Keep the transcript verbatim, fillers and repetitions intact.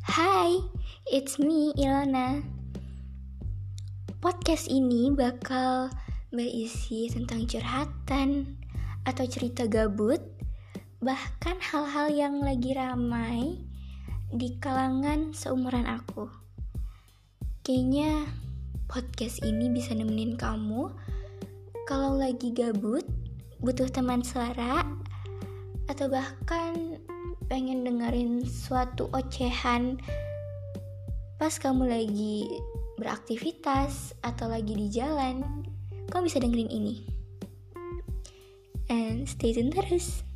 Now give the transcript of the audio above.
Hai, it's me Ilona. Podcast ini bakal berisi tentang curhatan atau cerita gabut, bahkan hal-hal yang lagi ramai di kalangan seumuran aku. Kayaknya podcast ini bisa nemenin kamu kalau lagi gabut, butuh teman suara, atau bahkan pengen dengerin suatu ocehan pas kamu lagi beraktivitas atau lagi di jalan. Kamu bisa dengerin ini. And stay tune terus.